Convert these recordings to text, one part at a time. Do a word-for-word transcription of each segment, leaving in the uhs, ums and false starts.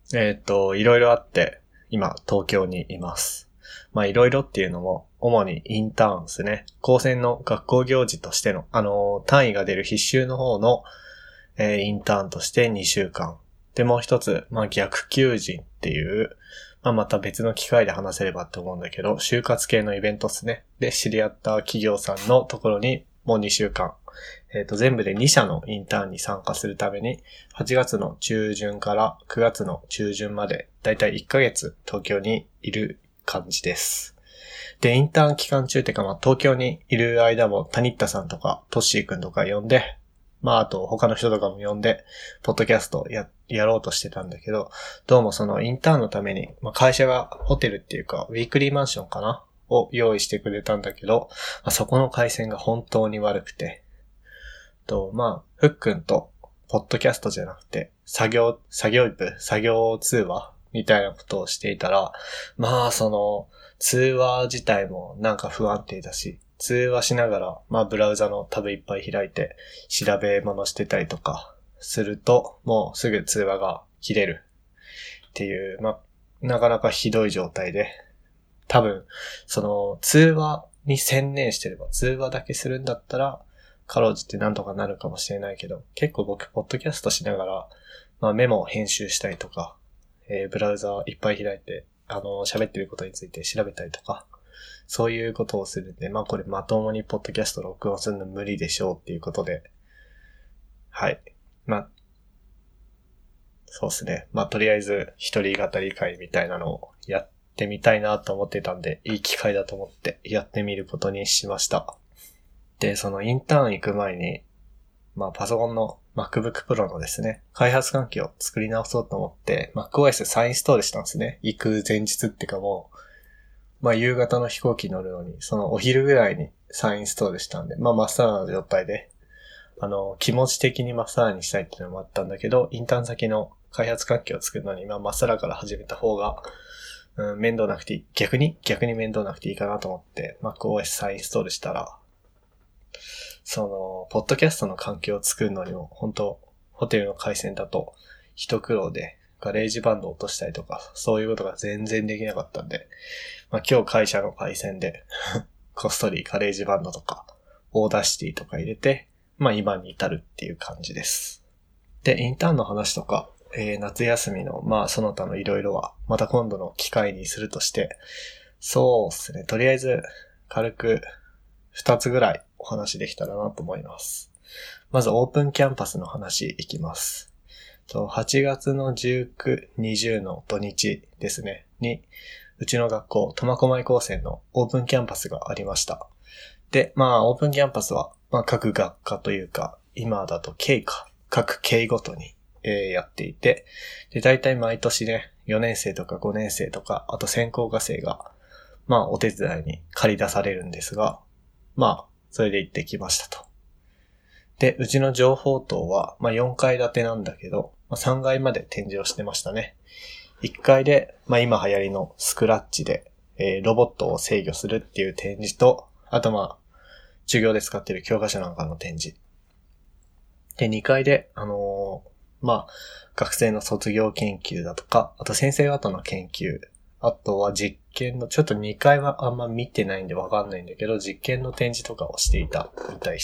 えっと、いろいろあって、今、東京にいます。まあ、いろいろっていうのも、主にインターンですね。高専の学校行事としての、あのー、単位が出る必修の方の、えーインターンとしてにしゅうかん。で、もう一つ、まあ、逆求人っていう、まあ、また別の機会で話せればって思うんだけど、就活系のイベントですね。で、知り合った企業さんのところに、もうにしゅうかん。えっと、全部でに社のインターンに参加するために、はちがつの中旬からくがつの中旬まで、だいたいいっかげつ東京にいる感じです。で、インターン期間中ってか、まあ、東京にいる間も、タニッタさんとか、トッシーくんとか呼んで、まあ、あと他の人とかも呼んで、ポッドキャストや、やろうとしてたんだけど、どうもそのインターンのために、まあ、会社がホテルっていうか、ウィークリーマンションかなを用意してくれたんだけど、まあ、そこの回線が本当に悪くて、と、まあ、ふっくんと、ポッドキャストじゃなくて、作業、作業部、作業通話みたいなことをしていたら、まあ、その、通話自体もなんか不安定だし、通話しながら、まあ、ブラウザのタブいっぱい開いて、調べ物してたりとか、すると、もうすぐ通話が切れるっていう、まあ、なかなかひどい状態で、多分、その、通話に専念してれば、通話だけするんだったら、かろうじてなんとかなるかもしれないけど、結構僕、ポッドキャストしながら、まあ、メモを編集したりとか、えー、ブラウザいっぱい開いて、あの、喋ってることについて調べたりとか、そういうことをするんで、まあこれまともにポッドキャスト録音するの無理でしょうっていうことで、はい。まあ、そうですね。まあとりあえず、一人語り会みたいなのをやってみたいなと思ってたんで、いい機会だと思ってやってみることにしました。で、そのインターン行く前に、まあパソコンの MacBook Pro のですね、開発環境を作り直そうと思って、MacOS 再インストールしたんですね。行く前日ってかもう、まあ夕方の飛行機乗るのに、そのお昼ぐらいに再インストールしたんで、まあ真っさらな状態で、あの、気持ち的に真っさらにしたいっていうのもあったんだけど、インターン先の開発環境を作るのに、まあ真っさらから始めた方が、うん、面倒なくていい。逆に逆に面倒なくていいかなと思って、MacOS 再インストールしたら、その、ポッドキャストの環境を作るのにも、本当ホテルの回線だと、一苦労で、ガレージバンドを落としたりとか、そういうことが全然できなかったんで、まあ今日会社の回線で、こっそりガレージバンドとか、オーダーシティとか入れて、まあ今に至るっていう感じです。で、インターンの話とか、えー、夏休みの、まあその他のいろいろは、また今度の機会にするとして、そうですね、とりあえず、軽く、二つぐらいお話できたらなと思います。まずオープンキャンパスの話いきます。はちがつのじゅうく、にじゅうの土日ですね、に、うちの学校、苫小牧高専のオープンキャンパスがありました。で、まあ、オープンキャンパスは、まあ、各学科というか、今だと経か、各経ごとに、えー、やっていて、で、大体毎年ね、よねん生とかごねん生とか、あと専攻科生が、まあ、お手伝いに借り出されるんですが、まあ、それで行ってきましたと。で、うちの情報棟は、まあ、よんかい建てなんだけど、まあ、さんがいまで展示をしてましたね。いっかいで、まあ、今流行りのスクラッチで、えー、ロボットを制御するっていう展示と、あとまあ、授業で使っている教科書なんかの展示。で、にかいで、あのー、まあ、学生の卒業研究だとか、あと先生方の研究、あとは実験の、ちょっとにかいはあんま見てないんでわかんないんだけど、実験の展示とかをしていたみたいです。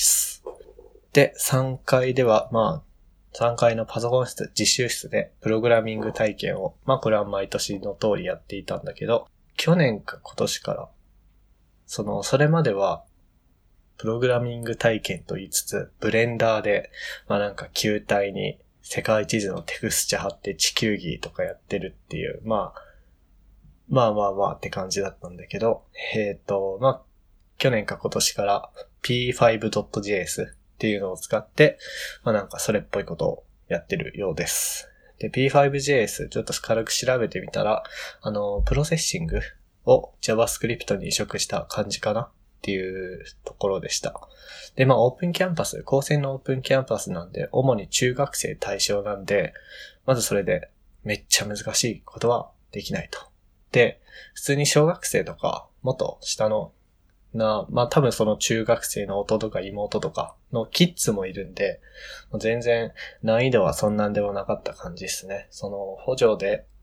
で、さんかいでは、まあ、さんかいのパソコン室、実習室でプログラミング体験を、まあこれは毎年の通りやっていたんだけど、去年か今年から、その、それまでは、プログラミング体験と言いつつ、ブレンダーで、まあなんか球体に世界地図のテクスチャ貼って地球儀とかやってるっていう、まあ、まあまあまあって感じだったんだけど、えっと、まあ、去年か今年から ピーファイブドットジェーエス っていうのを使って、まあなんかそれっぽいことをやってるようです。で、ピーファイブジェーエス ちょっと軽く調べてみたら、あの、プロセッシングを JavaScript に移植した感じかなっていうところでした。で、まあオープンキャンパス、高専のオープンキャンパスなんで、主に中学生対象なんで、まずそれでめっちゃ難しいことはできないと。で、普通に小学生とか、もっと下のな、まあ多分その中学生の弟とか妹とかのキッズもいるんで、全然難易度はそんなんでもなかった感じですね。その補助で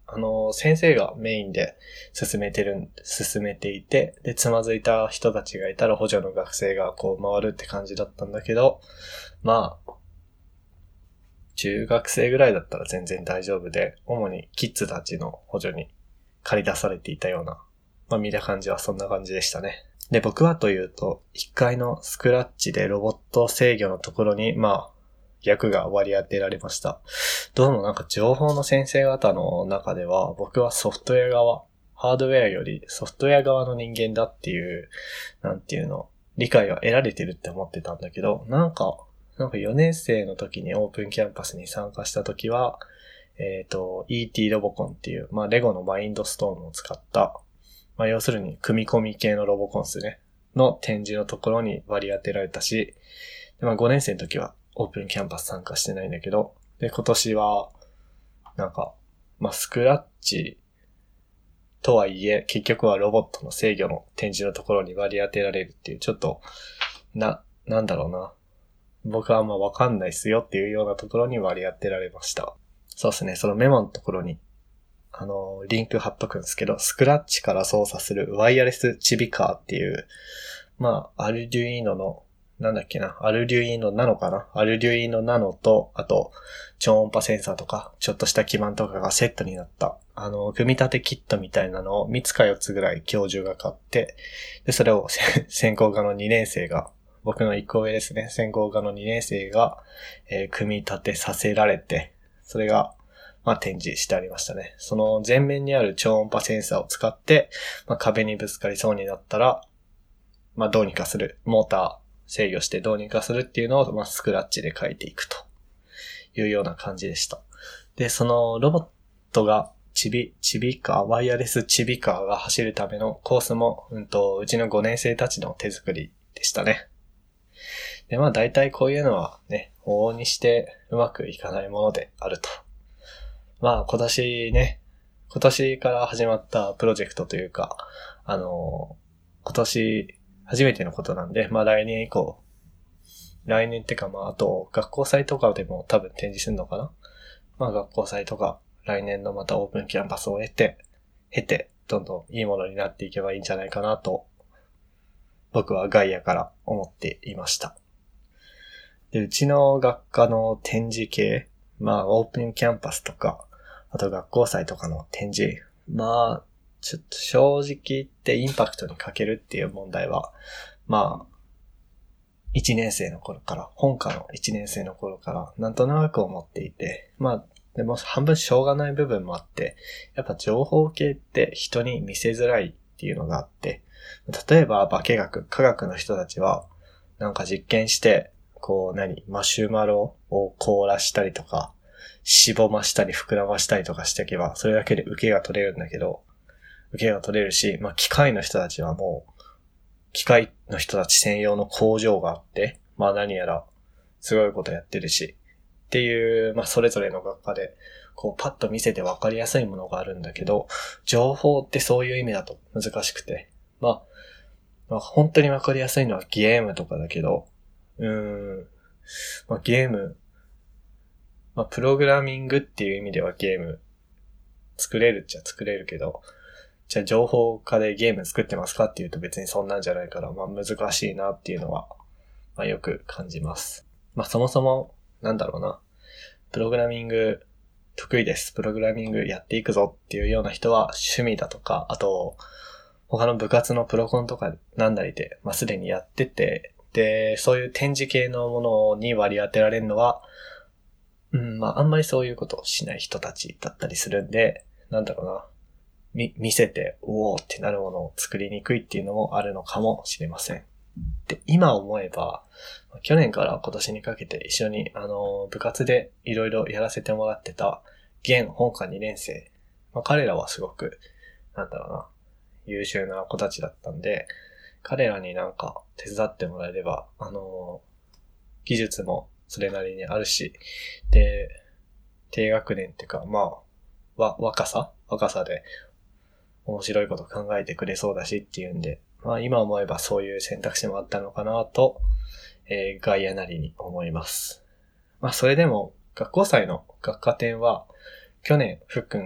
あの、先生がメインで進めてるん、進めていて、で、つまずいた人たちがいたら補助の学生がこう回るって感じだったんだけど、まあ、中学生ぐらいだったら全然大丈夫で、主にキッズたちの補助に借り出されていたような、まあ見た感じはそんな感じでしたね。で、僕はというと、いっかいのスクラッチでロボット制御のところに、まあ、役が割り当てられました。どうもなんか情報の先生方の中では、僕はソフトウェア側、ハードウェアよりソフトウェア側の人間だっていう、なんていうの、理解は得られてるって思ってたんだけど、なんか、なんかよねん生の時にオープンキャンパスに参加した時は、えっと、イーティー ロボコンっていう、まあレゴのマインドストーンを使った、まあ要するに組み込み系のロボコンスね、の展示のところに割り当てられたし、でまあごねん生の時はオープンキャンパス参加してないんだけど、で今年は、なんか、まあスクラッチとはいえ、結局はロボットの制御の展示のところに割り当てられるっていう、ちょっと、な、なんだろうな。僕はあんまわかんないっすよっていうようなところに割り当てられました。そうですね、そのメモのところに、あの、リンク貼っとくんですけど、スクラッチから操作するワイヤレスチビカーっていう、まあ、アルデュイーノの、なんだっけな、アルデュイーノナノかなアルデュイーノナノと、あと、超音波センサーとか、ちょっとした基板とかがセットになった、あの、組み立てキットみたいなのをみっつかよっつぐらい教授が買って、で、それを専攻科のにねん生が、僕のいっこ上ですね。専攻科のにねん生が、えー、組み立てさせられて、それが、まあ、展示してありましたね。その前面にある超音波センサーを使って、まあ、壁にぶつかりそうになったら、まあ、どうにかする。モーター制御してどうにかするっていうのを、まあ、スクラッチで書いていくというような感じでした。で、そのロボットがチビ、チビカー、ワイヤレスチビカーが走るためのコースも、うんと、うちのごねん生たちの手作りでしたね。で、まあ大体こういうのはね、往々にしてうまくいかないものであると。まあ今年ね、今年から始まったプロジェクトというか、あのー、今年初めてのことなんで、まあ来年以降、来年ってかまああと学校祭とかでも多分展示するのかな。まあ学校祭とか来年のまたオープンキャンパスを得て、経て、どんどんいいものになっていけばいいんじゃないかなと、僕はガイアから思っていました。で、うちの学科の展示系、まあオープンキャンパスとか、あと学校祭とかの展示、まあ、ちょっと正直言ってインパクトに欠けるっていう問題は、まあ、いちねん生の頃から、本科のいちねん生の頃からなんとなく思っていて、まあ、でも半分しょうがない部分もあって、やっぱ情報系って人に見せづらいっていうのがあって、例えば化学、科学の人たちは、なんか実験して、こう何マシュマロを凍らしたりとか、しぼましたり膨らましたりとかしていけば、それだけで受けが取れるんだけど、受けが取れるし、まあ機械の人たちはもう、機械の人たち専用の工場があって、まあ何やらすごいことやってるし、っていう、まあそれぞれの学科で、こうパッと見せて分かりやすいものがあるんだけど、情報ってそういう意味だと難しくて、まあ、まあ本当に分かりやすいのはゲームとかだけど、うーん、まあ、ゲーム、まあ、プログラミングっていう意味ではゲーム作れるっちゃ作れるけど、じゃあ情報化でゲーム作ってますかっていうと別にそんなんじゃないから、まあ難しいなっていうのは、まあよく感じます。まあそもそも、なんだろうな、プログラミング得意です。プログラミングやっていくぞっていうような人は趣味だとか、あと、他の部活のプロコンとかなんだりで、まあすでにやってて、で、そういう展示系のものに割り当てられるのは、うん、まあ、あんまりそういうことをしない人たちだったりするんで、なんだろうな、み、見せて、おーってなるものを作りにくいっていうのもあるのかもしれません。で、今思えば、去年から今年にかけて一緒に、あの、部活でいろいろやらせてもらってた、現本科にねん生、まあ、彼らはすごく、なんだろうな、優秀な子たちだったんで、彼らになんか手伝ってもらえれば、あのー、技術もそれなりにあるし、で、低学年っていうか、まあ、わ、若さ若さで面白いこと考えてくれそうだしっていうんで、まあ今思えばそういう選択肢もあったのかなと、えー、外野なりに思います。まあそれでも学校祭の学科展は、去年ふっくんが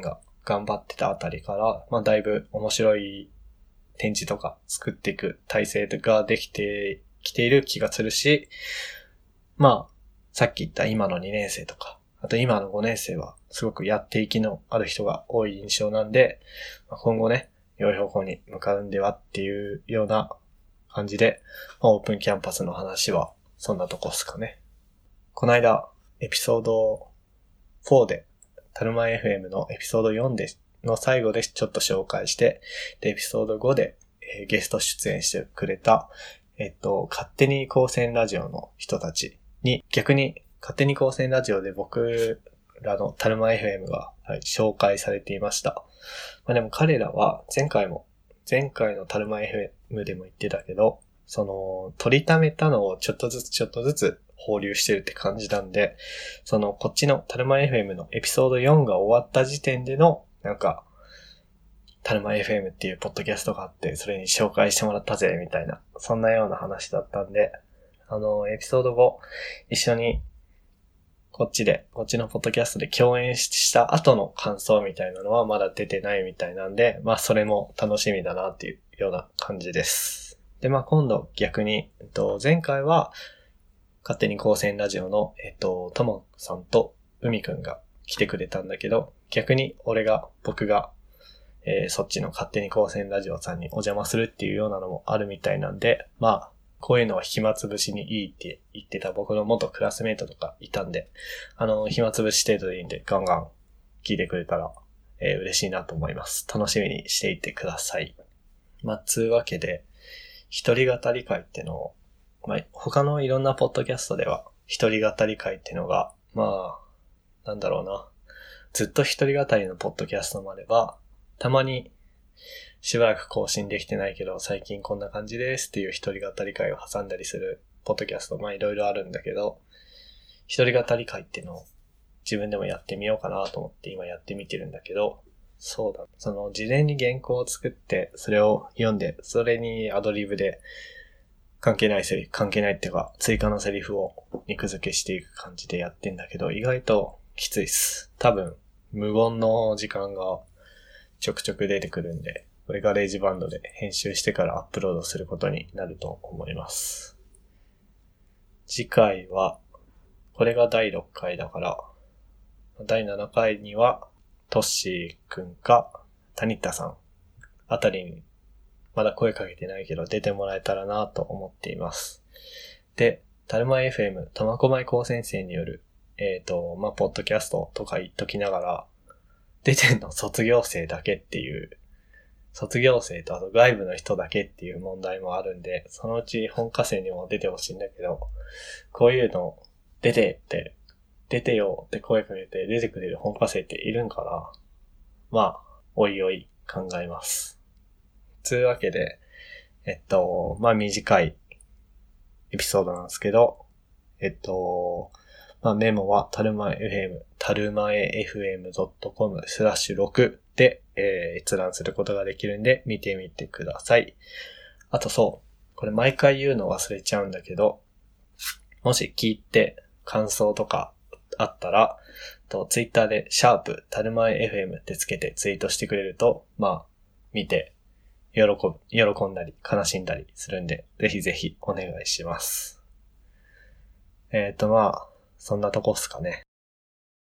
頑張ってたあたりから、まあだいぶ面白い展示とか作っていく体制ができてきている気がするし、まあ、さっき言った今のにねん生とか、あと今のごねん生はすごくやっていきのある人が多い印象なんで、今後ね、良い方向に向かうんではっていうような感じで、まあ、オープンキャンパスの話はそんなとこっすかね。この間、エピソードフォーで、タルマ エフエム のエピソードよんでの最後でちょっと紹介して、で、エピソードごで、えー、ゲスト出演してくれた、えっと、勝手に高専ラジオの人たちに、逆に勝手に高専ラジオで僕らのタルマ エフエム が、はい、紹介されていました。まあでも彼らは前回も、前回のタルマ エフエム でも言ってたけど、その、取りためたのをちょっとずつちょっとずつ放流してるって感じなんで、その、こっちのタルマ エフエム のエピソードよんが終わった時点での、なんか、タルマ エフエム っていうポッドキャストがあって、それに紹介してもらったぜ、みたいな、そんなような話だったんで、あの、エピソードご、一緒に、こっちで、こっちのポッドキャストで共演した後の感想みたいなのはまだ出てないみたいなんで、まあそれも楽しみだなっていうような感じです。で、まあ今度逆に、えっと、前回は、勝手に高専ラジオの、えっと、ともさんと海くんが来てくれたんだけど、逆に俺が、僕が、えー、そっちの勝手に高専ラジオさんにお邪魔するっていうようなのもあるみたいなんで、まあ、こういうのは暇つぶしにいいって言ってた僕の元クラスメイトとかいたんで、あの、暇つぶし程度でいいんでガンガン聞いてくれたら、えー、嬉しいなと思います。楽しみにしていてください。まあ、つうわけで、一人語り会ってのを、まあ、他のいろんなポッドキャストでは、一人語り会ってのが、まあ、なんだろうな。ずっと一人語りのポッドキャストもあれば、たまに、しばらく更新できてないけど、最近こんな感じですっていう一人語り会を挟んだりするポッドキャスト、まあいろいろあるんだけど、一人語り会っていうのを自分でもやってみようかなと思って今やってみてるんだけど、そうだ、その事前に原稿を作って、それを読んで、それにアドリブで関係ないセリフ、関係ないっていうか、追加のセリフを肉付けしていく感じでやってんだけど、意外ときついっす。多分、無言の時間がちょくちょく出てくるんで、これガレージバンドで編集してからアップロードすることになると思います。次回は、これがだいろっかいだから、だいななかいには、トッシーくんか、タニッタさんあたりに、まだ声かけてないけど出てもらえたらなと思っています。で、タルマ エフエム、苫小牧高専生による、えっと、まあ、ポッドキャストとか言っときながら、出てんの卒業生だけっていう、卒業生とあと外部の人だけっていう問題もあるんで、そのうち本科生にも出てほしいんだけど、こういうの出てって、出てよって声かけて出てくれる本科生っているんかな？まあ、おいおい考えます。つうわけで、えっと、まあ短いエピソードなんですけど、えっと、まあメモはタルマエフエム、タルマエエフエムドットコムスラッシュろくで、えー、閲覧することができるんで見てみてください。あとそう、これ毎回言うの忘れちゃうんだけど、もし聞いて感想とかあったら、とツイッターでシャープタルマエ エフエム ってつけてツイートしてくれると、まあ見て喜ぶ、喜んだり悲しんだりするんで、ぜひぜひお願いします。えっとまあそんなとこっすかね。